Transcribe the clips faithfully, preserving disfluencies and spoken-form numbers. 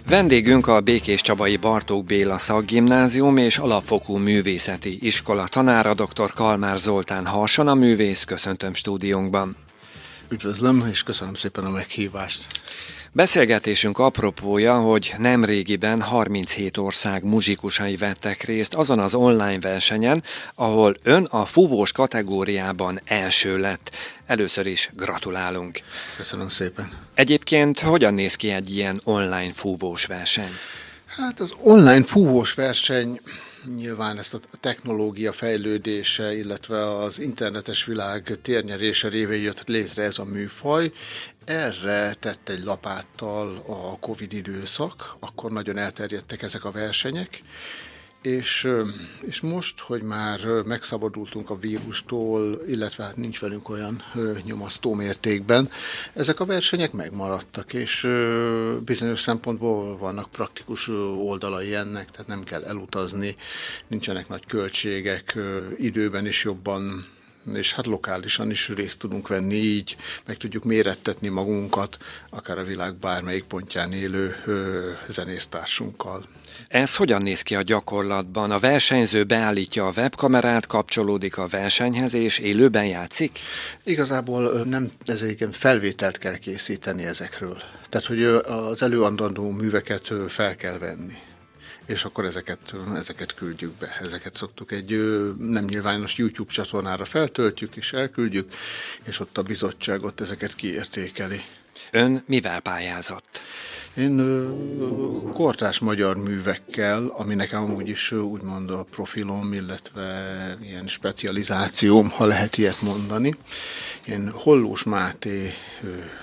Vendégünk a Békéscsabai Bartók Béla Szakgimnázium és Alapfokú Művészeti Iskola tanára, dr. Kalmár Zoltán harsonaművész. Köszöntöm stúdiónkban. Üdvözlöm, és köszönöm szépen a meghívást. Beszélgetésünk apropója, hogy nemrégiben harminchét ország muzsikusai vettek részt azon az online versenyen, ahol ön a fúvós kategóriában első lett. Először is gratulálunk. Köszönöm szépen. Egyébként hogyan néz ki egy ilyen online fúvós verseny? Hát az online fúvós verseny nyilván ezt a technológia fejlődése, illetve az internetes világ térnyerése révén jött létre ez a műfaj. Erre tett egy lapáttal a Covid időszak, akkor nagyon elterjedtek ezek a versenyek, és, és most, hogy már megszabadultunk a vírustól, illetve hát nincs velünk olyan nyomasztó mértékben, ezek a versenyek megmaradtak, és bizonyos szempontból vannak praktikus oldalai ennek, tehát nem kell elutazni, nincsenek nagy költségek, időben is jobban, és hát lokálisan is részt tudunk venni, így meg tudjuk mérettetni magunkat, akár a világ bármelyik pontján élő ö, zenésztársunkkal. Ez hogyan néz ki a gyakorlatban? A versenyző beállítja a webkamerát, kapcsolódik a versenyhez, és élőben játszik? Igazából nem, ezért felvételt kell készíteni ezekről. Tehát, hogy az előadandó műveket fel kell venni, és akkor ezeket, ezeket küldjük be. Ezeket szoktuk egy nem nyilvános YouTube csatornára feltöltjük, és elküldjük, és ott a bizottság ott ezeket kiértékeli. Ön mivel pályázott? Én ö, kortárs magyar művekkel, ami nekem amúgy is úgymond a profilom, illetve ilyen specializációm, ha lehet ilyet mondani. Én Hollós Máté ö,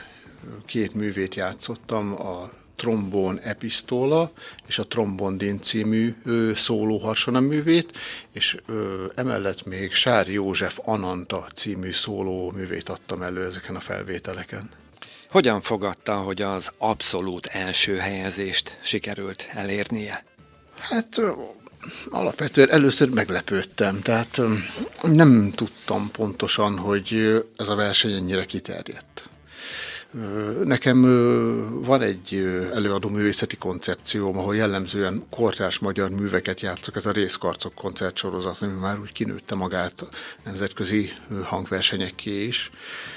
két művét játszottam, a Trombón Episztóla és a Trombondin című ö, szóló harsonaművét, és ö, emellett még Sár József Ananta című szóló művét adtam elő ezeken a felvételeken. Hogyan fogadta, hogy az abszolút első helyezést sikerült elérnie? Hát alapvetően először meglepődtem, tehát nem tudtam pontosan, hogy ez a verseny ennyire kiterjedt. Nekem van egy előadó művészeti koncepcióm, ahol jellemzően kortárs magyar műveket játszok, ez a Részkarcok koncertsorozat, ami már úgy kinőtte magát nemzetközi hangversenyekké is.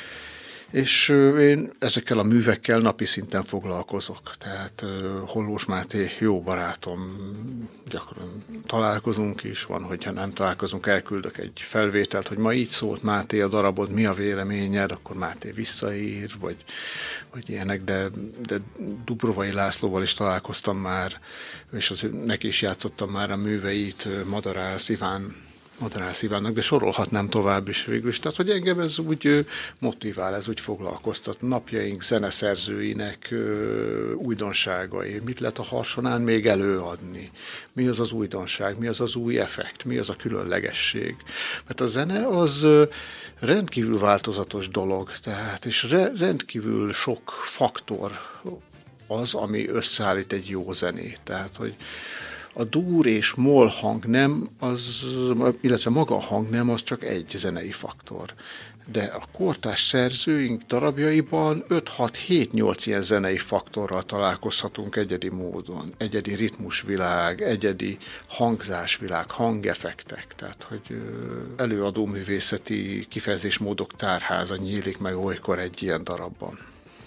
És én ezekkel a művekkel napi szinten foglalkozok. Tehát Hollós Máté jó barátom, gyakran találkozunk is, van, hogyha nem találkozunk, elküldök egy felvételt, hogy ma így szólt Máté a darabod, mi a véleményed, akkor Máté visszaír, vagy, vagy ilyenek, de, de Dubrovai Lászlóval is találkoztam már, és az, neki is játszottam már a műveit, Madarász Iván, Madarász Ivánnak, de sorolhatnám tovább is végül is. Tehát, hogy engem ez úgy motivál, ez úgy foglalkoztat. Napjaink zeneszerzőinek ö, újdonságai. Mit lehet a harsonán még előadni? Mi az az újdonság? Mi az az új effekt? Mi az a különlegesség? Mert a zene az ö, rendkívül változatos dolog, tehát, és re, rendkívül sok faktor az, ami összeállít egy jó zenét. Tehát, hogy a dur és moll hangnem, az, illetve maga a hangnem, az csak egy zenei faktor. De a kortárs szerzőink darabjaiban öt-hat-hét-nyolc ilyen zenei faktorral találkozhatunk egyedi módon. Egyedi ritmusvilág, egyedi hangzásvilág, hangeffektek. Tehát, hogy előadó művészeti kifejezésmódok tárháza nyílik meg olykor egy ilyen darabban.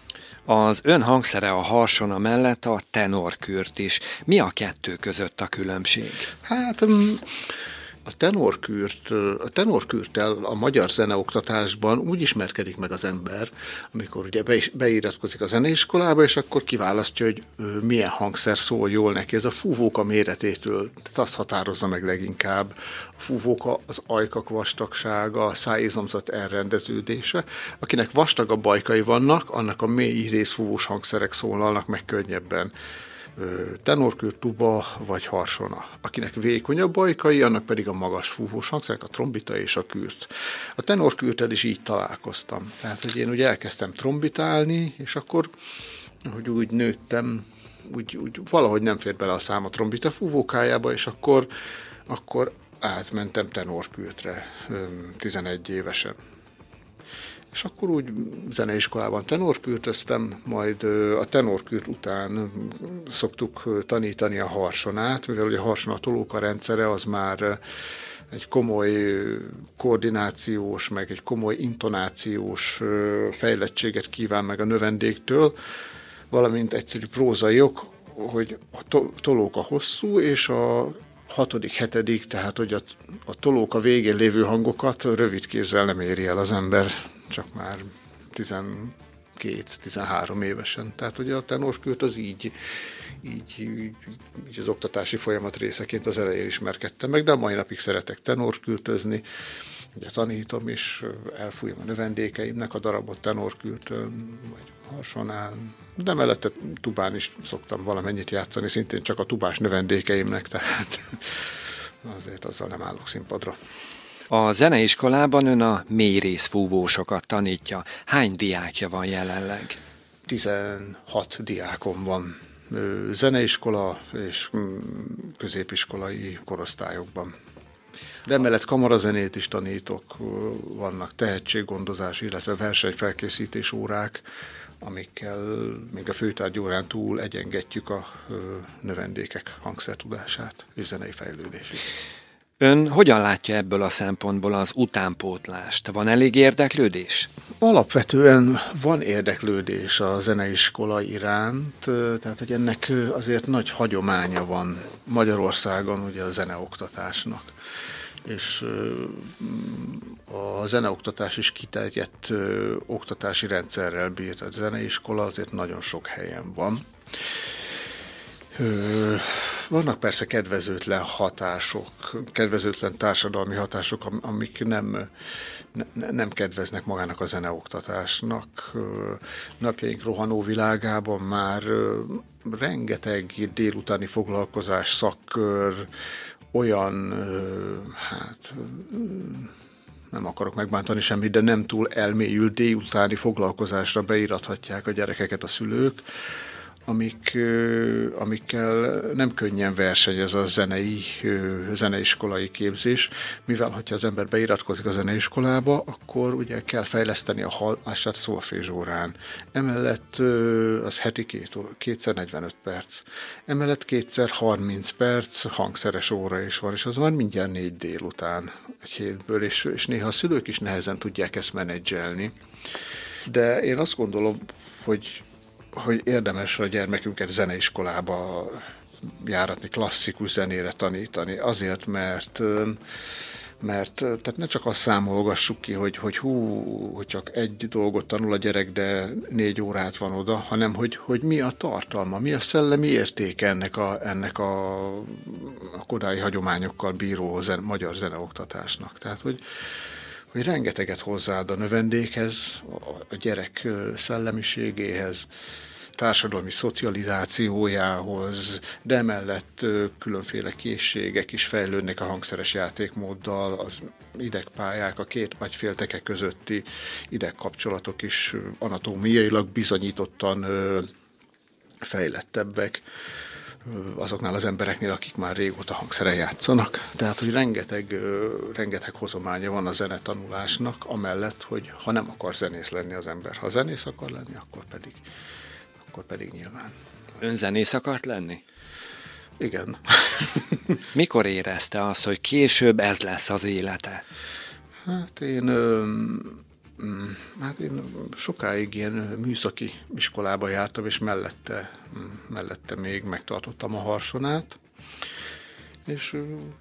Az ön hangszere a harsona mellett a tenorkürt is. Mi a kettő között a különbség? Hát a tenorkürt, a tenorkürttel a magyar zeneoktatásban úgy ismerkedik meg az ember, amikor ugye be, beiratkozik a zeneiskolába, és akkor kiválasztja, hogy milyen hangszer szól jól neki. Ez a fúvóka méretétől, tehát azt határozza meg leginkább. A fúvóka az ajkak vastagsága, a szájizomzat elrendeződése. Akinek vastagabb ajkai vannak, annak a mély részfúvós hangszerek szólalnak meg könnyebben. Tenorkürt, tuba vagy harsona. Akinek vékonyabb ajkai, annak pedig a magas fúvós hangszerek, a trombita és a kürt. A tenorkürttel is így találkoztam. Tehát, hogy én úgy elkezdtem trombitálni, és akkor, hogy úgy nőttem, úgy, úgy valahogy nem fér bele a szám a trombita fúvókájába, és akkor, akkor átmentem tenorkürtre tizenegy évesen. És akkor úgy zeneiskolában tenorkürtöztem, majd a tenorkürt után szoktuk tanítani a harsonát, mivel ugye a harsona tolóka rendszere az már egy komoly koordinációs, meg egy komoly intonációs fejlettséget kíván meg a növendéktől, valamint egyszerű prózaiok, hogy a tolóka hosszú, és a hatodik, hetedik, tehát hogy a, a tolóka végén lévő hangokat rövid kézzel nem éri el az ember, csak már tizenkét-tizenhárom évesen. Tehát hogy a tenorkürt az így, így, így, így az oktatási folyamat részeként az elején ismerkedtem meg, de a mai napig szeretek tenorkürtözni. Ugye tanítom is, elfújom a növendékeimnek a darabot tenorkürtön, vagy harsonán, de mellette tubán is szoktam valamennyit játszani, szintén csak a tubás növendékeimnek, tehát azért azzal nem állok színpadra. A zeneiskolában ön a mélyrészfúvósokat tanítja. Hány diákja van jelenleg? tizenhat diákom van. Zeneiskola és középiskolai korosztályokban. De emellett kamarazenét is tanítok, vannak tehetséggondozás, illetve versenyfelkészítés órák, amikkel még a főtárgy órán túl egyengetjük a növendékek hangszertudását és zenei fejlődését. Ön hogyan látja ebből a szempontból az utánpótlást? Van elég érdeklődés? Alapvetően van érdeklődés a zeneiskola iránt, tehát hogy ennek azért nagy hagyománya van Magyarországon ugye a zeneoktatásnak. És a zeneoktatás is kiterjedt oktatási rendszerrel bír. A zeneiskola azért nagyon sok helyen van. Vannak persze kedvezőtlen hatások, kedvezőtlen társadalmi hatások, amik nem, ne, nem kedveznek magának a zeneoktatásnak. Napjaink rohanó világában már rengeteg délutáni foglalkozás, szakkör, olyan, hát nem akarok megbántani semmit, de nem túl elmélyült délutáni foglalkozásra beírathatják a gyerekeket a szülők, amik, amikkel nem könnyen versenyez a zenei, zeneiskolai képzés, mivel hogyha az ember beiratkozik a zeneiskolába, akkor ugye kell fejleszteni a hallását szolfézsórán. Emellett az heti két, kétszer negyvenöt perc. Emellett kétszer harminc perc hangszeres óra is van, és az már mindjárt négy délután egy hétből, és, és néha a szülők is nehezen tudják ezt menedzselni. De én azt gondolom, hogy hogy érdemes a gyermekünket zeneiskolába járatni, klasszikus zenére tanítani. Azért, mert, mert tehát ne csak azt számolgassuk ki, hogy, hogy hú, hogy csak egy dolgot tanul a gyerek, de négy órát van oda, hanem hogy, hogy mi a tartalma, mi a szellemi értéke ennek a, ennek a, a kodái hagyományokkal bíró zen, magyar zeneoktatásnak. Tehát, hogy hogy rengeteget hozzáad a növendékhez, a gyerek szellemiségéhez, társadalmi szocializációjához, de emellett különféle készségek is fejlődnek a hangszeres játékmóddal, az idegpályák, a két agyfélteke közötti idegkapcsolatok is anatómiailag bizonyítottan fejlettebbek azoknál az embereknél, akik már régóta hangszeren játszanak. Tehát, hogy rengeteg, rengeteg hozománya van a zenetanulásnak, amellett, hogy ha nem akar zenész lenni az ember, ha zenész akar lenni, akkor pedig, akkor pedig nyilván. Ön zenész akart lenni? Igen. Mikor érezte azt, hogy később ez lesz az élete? Hát én... Hát én sokáig ilyen műszaki iskolába jártam, és mellette, mellette még megtartottam a harsonát, és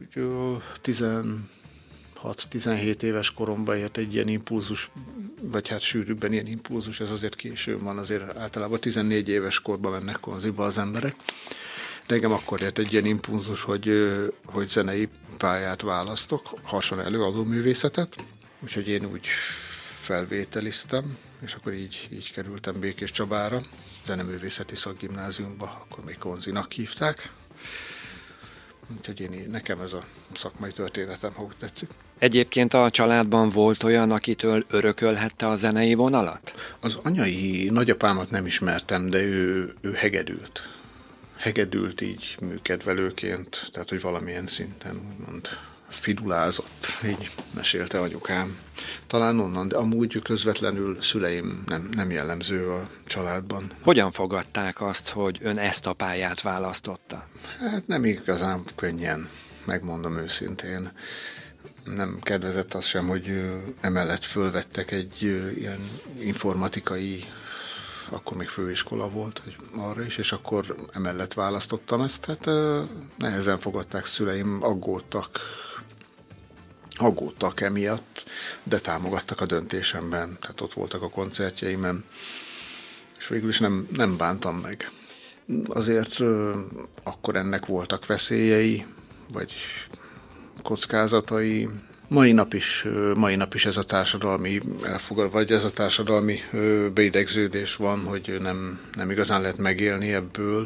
tizenhat-tizenhét éves koromban ért egy ilyen impulzus, vagy hát sűrűbben ilyen impulzus, ez azért későn van, azért általában tizennégy éves korban mennek konziba az emberek, de engem akkor ért egy ilyen impulzus, hogy, hogy zenei pályát választok, harson előadó művészetet, úgyhogy én úgy felvételiztem, és akkor így, így kerültem Békés Csabára, zeneművészeti szakgimnáziumba, akkor még konzinak hívták. Úgyhogy én, nekem ez a szakmai történetem, ha úgy tetszik. Egyébként a családban volt olyan, akitől örökölhette a zenei vonalat? Az anyai nagyapámat nem ismertem, de ő, ő hegedült. Hegedült így műkedvelőként, tehát hogy valamilyen szinten úgymond fidulázott, így mesélte anyukám. Talán onnan, de amúgy közvetlenül szüleim nem, nem jellemző a családban. Hogyan fogadták azt, hogy ön ezt a pályát választotta? Hát nem igazán könnyen, megmondom őszintén. Nem kedvezett az sem, hogy emellett fölvettek egy ilyen informatikai, akkor még főiskola volt, hogy arra is, és akkor emellett választottam ezt. Hát nehezen fogadták szüleim, aggódtak, aggódtak emiatt, de támogattak a döntésemben, tehát ott voltak a koncertjeimen, és végül is nem, nem bántam meg. Azért akkor ennek voltak veszélyei, vagy kockázatai. Mai nap is, mai nap is ez a társadalmi elfogad, vagy ez a társadalmi beidegződés van, hogy nem, nem igazán lehet megélni ebből.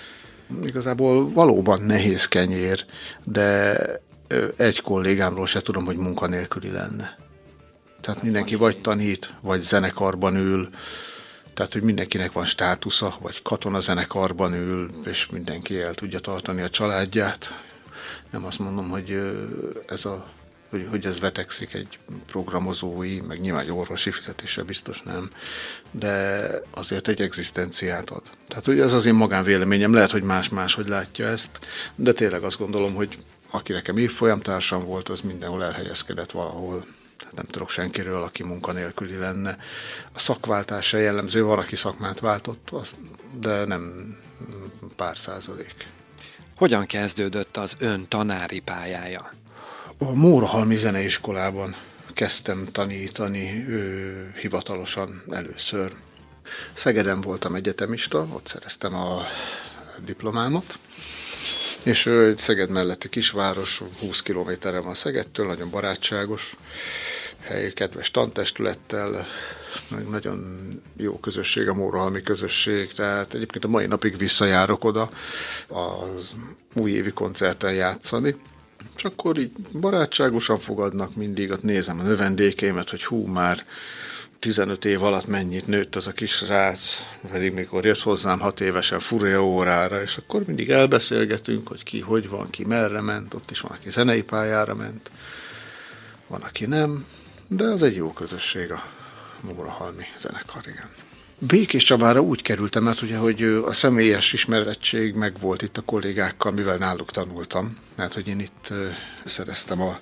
Igazából valóban nehéz kenyér, de egy kollégámról se tudom, hogy munkanélküli lenne. Tehát mindenki vagy tanít, vagy zenekarban ül, tehát, hogy mindenkinek van státusza, vagy katonazenekarban ül, és mindenki el tudja tartani a családját. Nem azt mondom, hogy ez, a, hogy, hogy ez vetekszik egy programozói, meg nyilván egy orvosi fizetésre biztos nem, de azért egy egzisztenciát ad. Tehát hogy ez az én magánvéleményem, lehet, hogy más-más, hogy látja ezt, de tényleg azt gondolom, hogy aki nekem évfolyamtársam volt, az mindenhol elhelyezkedett valahol. Tehát nem tudok senkiről, aki munkanélküli lenne. A szakváltása jellemző, van, aki szakmát váltott, de nem pár százalék. Hogyan kezdődött az ön tanári pályája? A Mórahalmi Zeneiskolában kezdtem tanítani ő, hivatalosan először. Szegeden voltam egyetemista, ott szereztem a diplomámat, és egy Szeged melletti kisváros, húsz kilométerre van Szegedtől, nagyon barátságos hely, kedves tantestülettel, nagyon jó közösség, a Mórahalmi közösség, tehát egyébként a mai napig visszajárok oda az újévi koncerten játszani. És akkor így barátságosan fogadnak mindig, ott nézem a növendékeimet, hogy hú, már tizenöt év alatt mennyit nőtt az a kis srác, pedig mikor jött hozzám hat évesen furia órára, és akkor mindig elbeszélgetünk, hogy ki hogy van, ki merre ment, ott is van, aki zenei pályára ment, van, aki nem, de az egy jó közösség a Mórahalmi zenekar, igen. Békés Csabára úgy kerültem, mert ugye, hogy a személyes ismerettség megvolt itt a kollégákkal, mivel náluk tanultam. Hát, hogy én itt szereztem a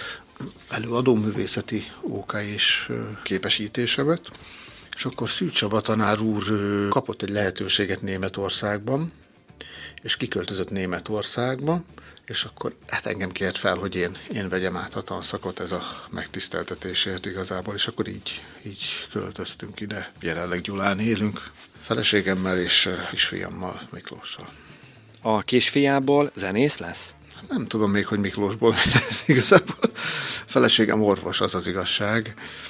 előadóművészeti ó ká és képesítésemet, és akkor Szűcs Csaba tanár úr kapott egy lehetőséget Németországban, és kiköltözött Németországba, és akkor hát engem kért fel, hogy én, én vegyem át a tanszakot, ez a megtiszteltetésért igazából, és akkor így, így költöztünk ide. Jelenleg Gyulán élünk, feleségemmel és kisfiammal, Miklóssal. A kisfiából zenész lesz? Hát nem tudom még, hogy Miklósból mi lesz igazából. Feleségem orvos, az az igazság,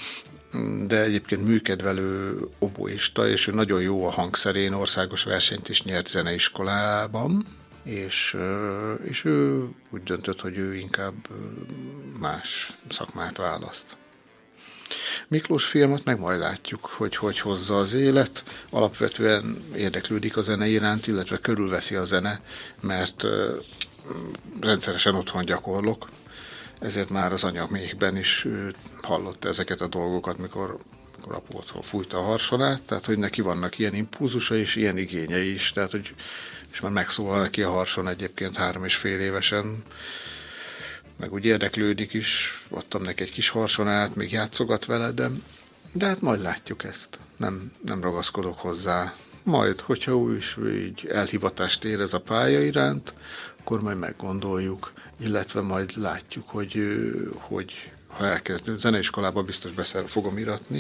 de egyébként műkedvelő oboista, és ő nagyon jó a hangszerén, országos versenyt is nyert zeneiskolában, és, és ő úgy döntött, hogy ő inkább más szakmát választ. Miklós fiamat meg majd látjuk, hogy hogy hozza az élet. Alapvetően érdeklődik a zene iránt, illetve körülveszi a zene, mert rendszeresen otthon gyakorlok, ezért már az anyamékben is hallott ezeket a dolgokat, mikor, mikor apu otthon fújta a harsonát, tehát hogy neki vannak ilyen impulzusa és ilyen igényei is, tehát hogy és már megszólal neki a harson egyébként három és fél évesen, meg úgy érdeklődik is, adtam neki egy kis harsonát, még játszogat vele, de, de hát majd látjuk ezt, nem, nem ragaszkodok hozzá. Majd, hogyha úgy is így elhivatást érez a pálya iránt, akkor majd meggondoljuk, illetve majd látjuk, hogy, hogy ha elkezdünk, zeneiskolában biztos beszél, fogom iratni,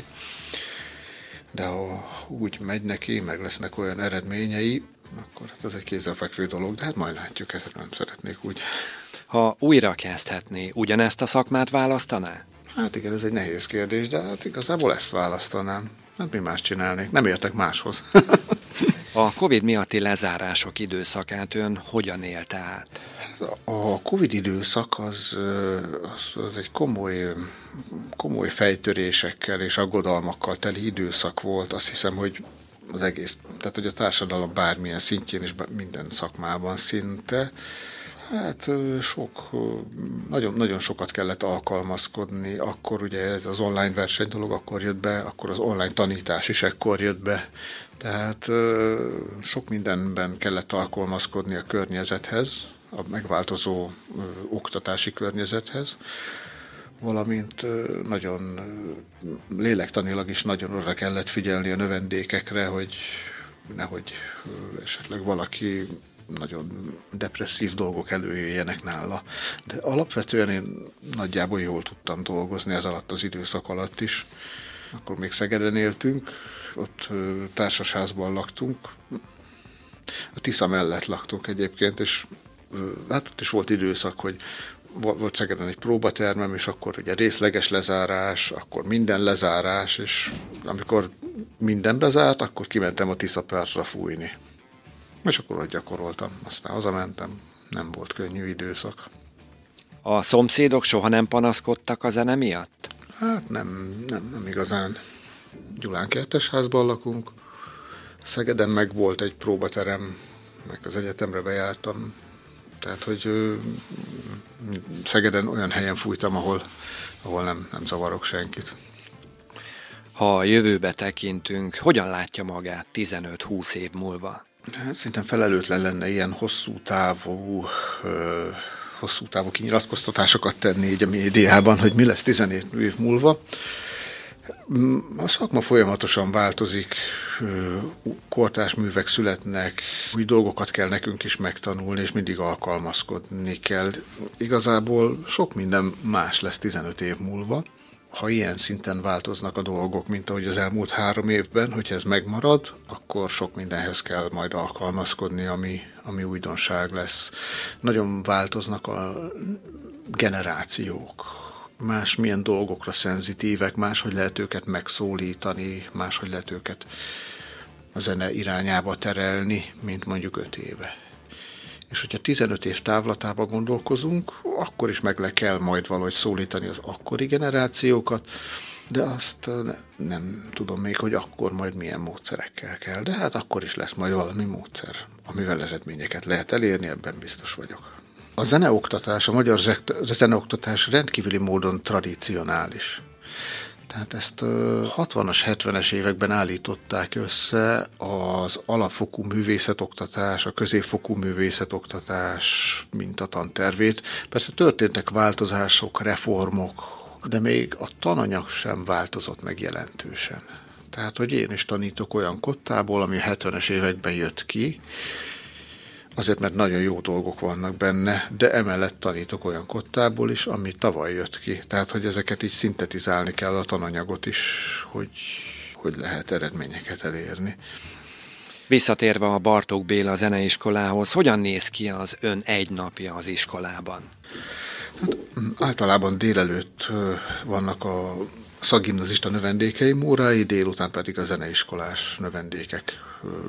de ha úgy megy neki, meg lesznek olyan eredményei, akkor hát ez egy kézzelfekvő dolog, de hát majd látjuk, ezt nem szeretnék úgy. Ha újra kezdhetné, ugyanezt a szakmát választaná? Hát igen, ez egy nehéz kérdés, de hát igazából ezt választanám. Hát mi más csinálnék? Nem értek máshoz. A Covid miatti lezárások időszakát ön hogyan élte át? A Covid időszak az, az, az egy komoly, komoly fejtörésekkel és aggodalmakkal teli időszak volt. Azt hiszem, hogy az egész, tehát hogy a társadalom bármilyen szintjén és minden szakmában szinte. Hát sok, nagyon, nagyon sokat kellett alkalmazkodni, akkor ugye ez az online verseny dolog akkor jött be, akkor az online tanítás is ekkor jött be, tehát sok mindenben kellett alkalmazkodni a környezethez, a megváltozó oktatási környezethez, valamint nagyon lélektanilag is nagyon oda kellett figyelni a növendékekre, hogy nehogy esetleg valaki nagyon depresszív dolgok előjöjjenek nála. De alapvetően én nagyjából jól tudtam dolgozni ez alatt az időszak alatt is. Akkor még Szegeden éltünk, ott társasházban laktunk. A Tisza mellett laktunk egyébként, és hát ott is volt időszak, hogy volt Szegeden egy próbatermem, és akkor ugye részleges lezárás, akkor minden lezárás, és amikor minden bezárt, akkor kimentem a Tiszapartra fújni. És akkor ott gyakoroltam, aztán hazamentem, nem volt könnyű időszak. A szomszédok soha nem panaszkodtak a zene miatt? Hát nem, nem, nem igazán. Gyulán kertesházban lakunk, Szegeden meg volt egy próbaterem, meg az egyetemre bejártam, tehát hogy ö, Szegeden olyan helyen fújtam, ahol, ahol nem, nem zavarok senkit. Ha a jövőbe tekintünk, hogyan látja magát tizenöt-húsz év múlva? Hát szerintem felelőtlen lenne ilyen hosszú távú, ö, hosszú távú kinyilatkoztatásokat tenni így a médiában, hogy mi lesz tizenöt év múlva. A szakma folyamatosan változik, kortárs művek születnek, új dolgokat kell nekünk is megtanulni, és mindig alkalmazkodni kell. Igazából sok minden más lesz tizenöt év múlva. Ha ilyen szinten változnak a dolgok, mint ahogy az elmúlt három évben, hogyha ez megmarad, akkor sok mindenhez kell majd alkalmazkodni, ami, ami újdonság lesz. Nagyon változnak a generációk. Más milyen dolgokra szenzitívek, máshogy lehet őket megszólítani, máshogy lehet őket a zene irányába terelni, mint mondjuk öt éve. És hogyha tizenöt év távlatába gondolkozunk, akkor is meg le kell majd valahogy szólítani az akkori generációkat, de azt ne, nem tudom még, hogy akkor majd milyen módszerekkel kell. De hát akkor is lesz majd valami módszer, amivel eredményeket lehet elérni, ebben biztos vagyok. A zeneoktatás, a magyar zeneoktatás rendkívüli módon tradicionális. Tehát ezt hatvanas, hetvenes években állították össze az alapfokú művészetoktatás, a középfokú művészetoktatás mintatantervét. Persze történtek változások, reformok, de még a tananyag sem változott meg jelentősen. Tehát, hogy én is tanítok olyan kottából, ami a hetvenes években jött ki, azért, mert nagyon jó dolgok vannak benne, de emellett tanítok olyan kottából is, ami tavaly jött ki. Tehát, hogy ezeket így szintetizálni kell a tananyagot is, hogy, hogy lehet eredményeket elérni. Visszatérve a Bartók Béla Zeneiskolához, hogyan néz ki az ön egy napja az iskolában? Hát, általában délelőtt vannak a szakgimnazista növendékeim órái, délután pedig a zeneiskolás növendékek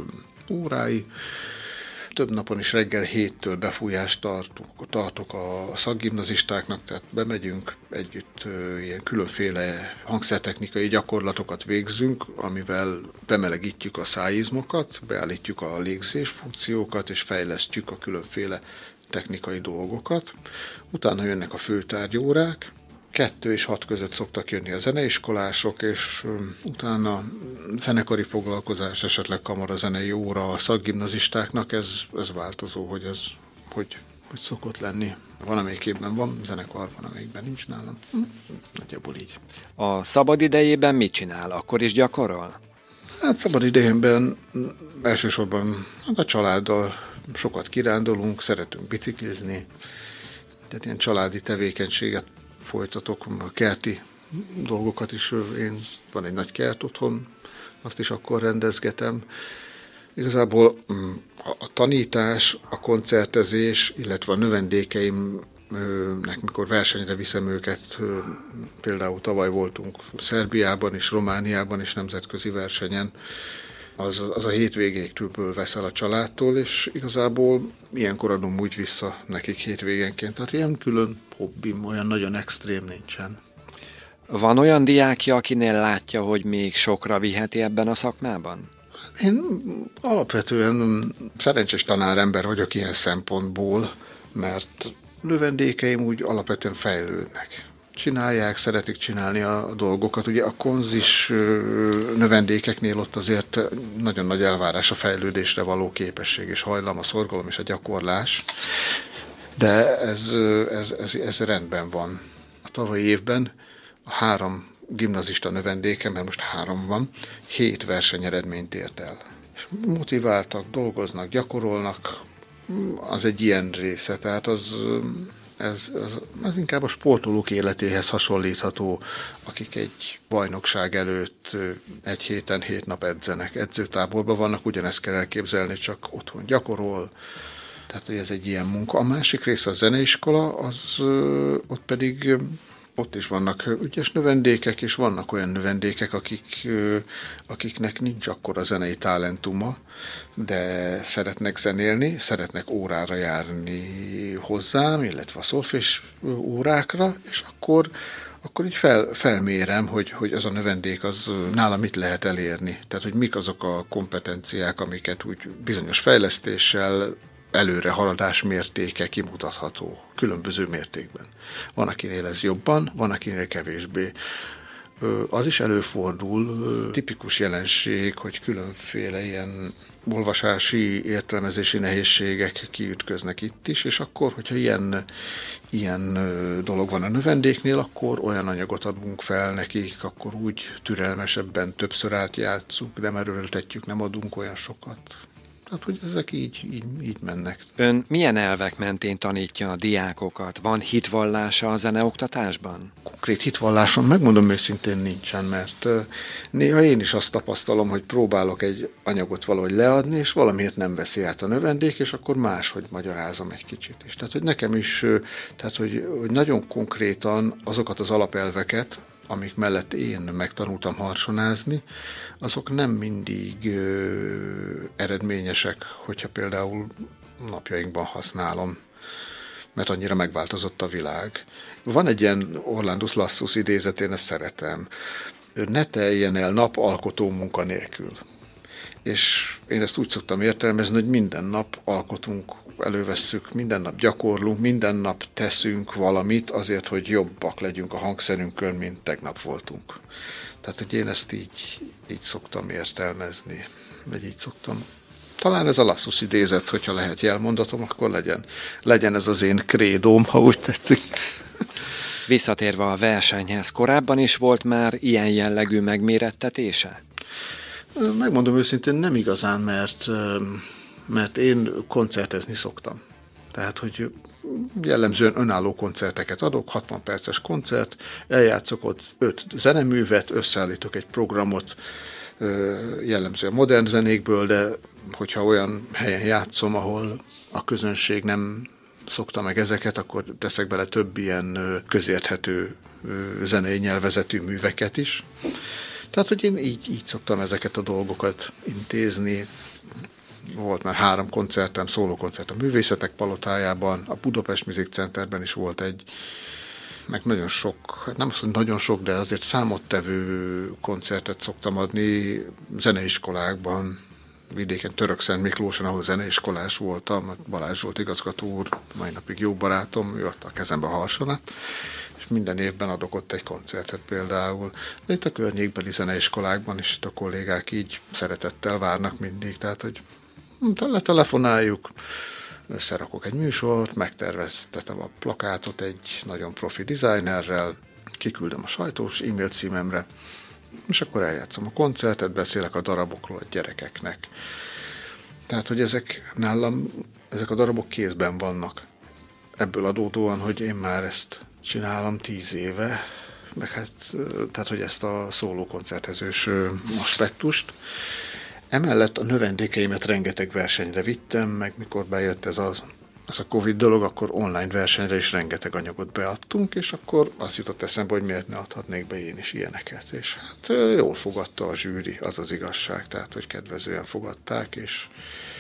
órái. Több napon is reggel héttől befújást tartok, tartok a szakgimnazistáknak, tehát bemegyünk együtt, ilyen különféle hangszertechnikai gyakorlatokat végzünk, amivel bemelegítjük a szájizmokat, beállítjuk a légzés funkciókat, és fejlesztjük a különféle technikai dolgokat. Utána jönnek a főtárgyórák, kettő és hat között szoktak jönni a zeneiskolások, és utána zenekari foglalkozás, esetleg kamarazenei óra a szakgimnazistáknak, ez, ez változó, hogy ez hogy, hogy szokott lenni. Van, amelyik évben van zenekar, van, amelyikben nincs nálam. Nagyjából így. A szabad idejében mit csinál? Akkor is gyakorol? Hát szabad idejemben elsősorban a családdal sokat kirándulunk, szeretünk biciklizni, tehát ilyen családi tevékenységet folytatok, a kerti dolgokat is, én van egy nagy kert otthon, azt is akkor rendezgetem. Igazából a tanítás, a koncertezés, illetve a növendékeimnek, mikor versenyre viszem őket, például tavaly voltunk Szerbiában és Romániában és nemzetközi versenyen, az, az a hétvégéktől veszel a családtól, és igazából ilyenkor adom úgy vissza nekik hétvégenként. Tehát ilyen külön hobbim, olyan nagyon extrém nincsen. Van olyan diákja, akinél látja, hogy még sokra viheti ebben a szakmában? Én alapvetően szerencsés tanárember vagyok ilyen szempontból, mert növendékeim úgy alapvetően fejlődnek. Csinálják, szeretik csinálni a dolgokat. Ugye a konzis növendékeknél ott azért nagyon nagy elvárás a fejlődésre való képesség és hajlam, a szorgalom és a gyakorlás, de ez, ez, ez, ez rendben van. A tavalyi évben a három gimnazista növendékem, mert most három van, hét versenyeredményt ért el. És motiváltak, dolgoznak, gyakorolnak, az egy ilyen része, tehát az... Ez, ez, ez inkább a sportolók életéhez hasonlítható, akik egy bajnokság előtt egy héten, hét nap edzenek, edzőtáborban vannak, ugyanezt kell elképzelni, csak otthon gyakorol. Tehát, hogy ez egy ilyen munka. A másik része a zeneiskola, az ott pedig ott is vannak ügyes növendékek, és vannak olyan növendékek, akik, akiknek nincs akkora zenei talentuma, de szeretnek zenélni, szeretnek órára járni hozzám, illetve a szolfés órákra, és akkor, akkor így fel, felmérem, hogy, hogy az a növendék az nála mit lehet elérni. Tehát, hogy mik azok a kompetenciák, amiket úgy bizonyos fejlesztéssel, előre haladás mértéke kimutatható, különböző mértékben. Van, akinél ez jobban, van, akinél kevésbé. Az is előfordul, tipikus jelenség, hogy különféle ilyen olvasási, értelmezési nehézségek kiütköznek itt is, és akkor, hogyha ilyen, ilyen dolog van a növendéknél, akkor olyan anyagot adunk fel nekik, akkor úgy türelmesebben többször átjátszunk, nem erőltetjük, nem adunk olyan sokat. Tehát, hogy ezek így, így, így mennek. Ön milyen elvek mentén tanítja a diákokat? Van hitvallása a zeneoktatásban? Konkrét hitvallásom, megmondom őszintén, nincsen, mert néha én is azt tapasztalom, hogy próbálok egy anyagot valahogy leadni, és valamiért nem veszi át a növendék, és akkor máshogy magyarázom egy kicsit is. Tehát, hogy nekem is, tehát, hogy, hogy nagyon konkrétan azokat az alapelveket, amik mellett én megtanultam harsonázni, azok nem mindig ö, eredményesek, hogyha például napjainkban használom, mert annyira megváltozott a világ. Van egy ilyen Orlandus Lassus idézet, én ezt szeretem. Ne teljen el nap alkotó munka nélkül. És én ezt úgy szoktam értelmezni, hogy minden nap alkotunk, elővesszük, minden nap gyakorlunk, minden nap teszünk valamit azért, hogy jobbak legyünk a hangszerünkön, mint tegnap voltunk. Tehát, hogy én ezt így, így szoktam értelmezni, vagy így szoktam. Talán ez a Lassus idézet, hogyha lehet jelmondatom, akkor legyen, legyen ez az én krédóm, ha úgy tetszik. Visszatérve a versenyhez, korábban is volt már ilyen jellegű megmérettetése? Megmondom őszintén, nem igazán, mert, mert én koncertezni szoktam. Tehát, hogy jellemzően önálló koncerteket adok, hatvan perces koncert, eljátszok ott öt zeneművet, összeállítok egy programot, jellemzően modern zenékből, de hogyha olyan helyen játszom, ahol a közönség nem szokta meg ezeket, akkor teszek bele több ilyen közérthető zenei nyelvezetű műveket is. Tehát, hogy én így, így szoktam ezeket a dolgokat intézni. Volt már három koncertem, szólókoncert a Művészetek Palotájában, a Budapest Music Centerben is volt egy, meg nagyon sok, nem azt mondom nagyon sok, de azért számottevő koncertet szoktam adni zeneiskolákban, vidéken Törökszent Miklóson, ahol zeneiskolás voltam, Balázs volt igazgató úr, mai napig jó barátom, ő adta a kezembe a harsonát, és minden évben adok ott egy koncertet például. De itt a környékbeli zeneiskolákban is itt a kollégák így szeretettel várnak mindig, tehát hogy letelefonáljuk, összerakok egy műsort, megterveztetem a plakátot egy nagyon profi designerrel, kiküldöm a sajtós e-mail címemre, és akkor eljátszom a koncertet, beszélek a darabokról a gyerekeknek. Tehát, hogy ezek nálam, ezek a darabok kézben vannak. Ebből adódóan, hogy én már ezt csinálom tíz éve, meg hát, tehát, hogy ezt a szólókoncertezős aspektust. Emellett a növendékeimet rengeteg versenyre vittem, meg mikor bejött ez a, ez a Covid dolog, akkor online versenyre is rengeteg anyagot beadtunk, és akkor azt jutott eszembe, hogy miért ne adhatnék be én is ilyeneket. És hát jól fogadta a zsűri, az az igazság, tehát hogy kedvezően fogadták, és,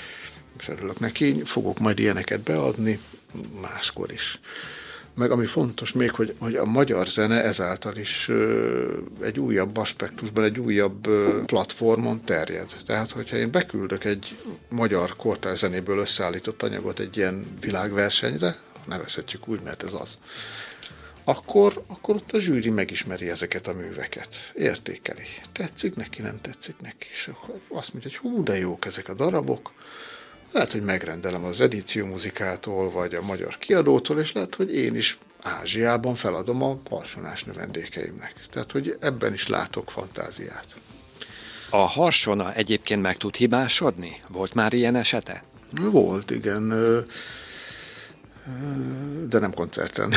és örülök neki. Fogok majd ilyeneket beadni, máskor is. Meg ami fontos még, hogy, hogy a magyar zene ezáltal is ö, egy újabb aspektusban, egy újabb ö, platformon terjed. Tehát, hogyha én beküldök egy magyar kortárs zenéből összeállított anyagot egy ilyen világversenyre, nevezhetjük úgy, mert ez az, akkor, akkor ott a zsűri megismeri ezeket a műveket, értékeli. Tetszik neki, nem tetszik neki. És akkor azt mondja, hogy hú, de jók ezek a darabok. Lehet, hogy megrendelem az Edíció Muzikától, vagy a magyar kiadótól, és lehet, hogy én is Ázsiában feladom a harsonás növendékeimnek. Tehát, hogy ebben is látok fantáziát. A harsona egyébként meg tud hibásodni? Volt már ilyen esete? Volt, igen, de nem koncerten.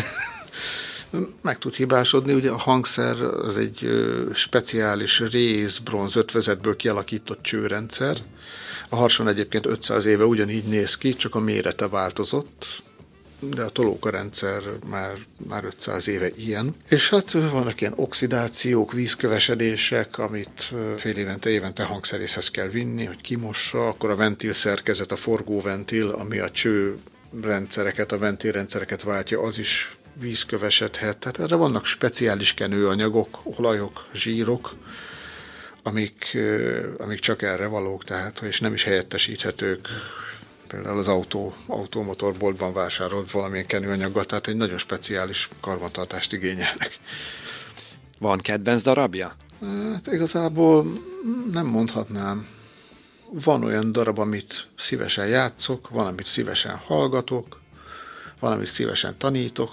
Meg tud hibásodni, ugye a hangszer az egy speciális réz bronz ötvezetből kialakított csőrendszer. A harson egyébként ötszáz éve ugyanígy néz ki, csak a mérete változott, de a tolókarendszer már, már ötszáz éve ilyen. És hát vannak ilyen oxidációk, vízkövesedések, amit fél évente, évente hangszerészhez kell vinni, hogy kimossa, akkor a ventil szerkezet, a forgóventil, ami a csőrendszereket, a ventilrendszereket váltja, az is vízkövesedhet. Tehát erre vannak speciális kenőanyagok, olajok, zsírok, amik, amik csak erre valók, tehát, és nem is helyettesíthetők. Például az autó, automotorboltban vásárolt valamilyen kenőanyaggal, tehát egy nagyon speciális karbantartást igényelnek. Van kedvenc darabja? Hát igazából nem mondhatnám. Van olyan darab, amit szívesen játszok, van, amit szívesen hallgatok, van, amit szívesen tanítok,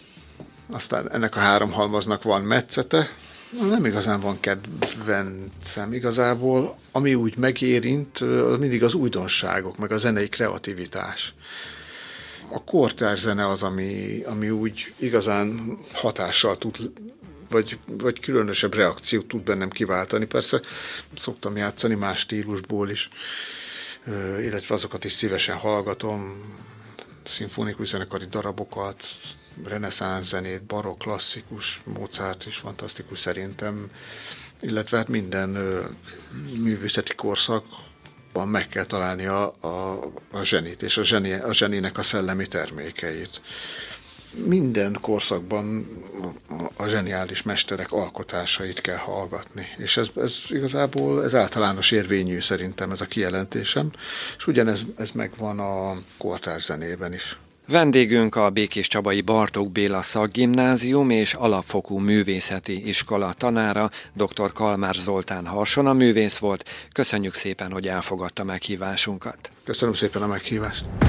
aztán ennek a három halmaznak van metszete. Nem igazán van kedvencem. Igazából, ami úgy megérint, az mindig az újdonságok, meg a zenei kreativitás. A kortárs zene az, ami, ami úgy igazán hatással tud, vagy, vagy különösebb reakciót tud bennem kiváltani. Persze szoktam játszani más stílusból is, illetve azokat is szívesen hallgatom, szimfonikus zenekari darabokat, reneszánsz zenét, barokk, klasszikus, Mozart is fantasztikus szerintem, illetve hát minden ö, művészeti korszakban meg kell találni a, a, a zsenit, és a, zseni, a zseninek a szellemi termékeit. Minden korszakban a, a zseniális mesterek alkotásait kell hallgatni, és ez, ez igazából ez általános érvényű szerintem ez a kijelentésem, és ugyanez ez megvan a kortárs zenében is. Vendégünk a Békéscsabai Bartók Béla Szakgimnázium és Alapfokú Művészeti Iskola tanára, dr. Kalmár Zoltán harsona művész volt. Köszönjük szépen, hogy elfogadta meghívásunkat. Köszönöm szépen a meghívást.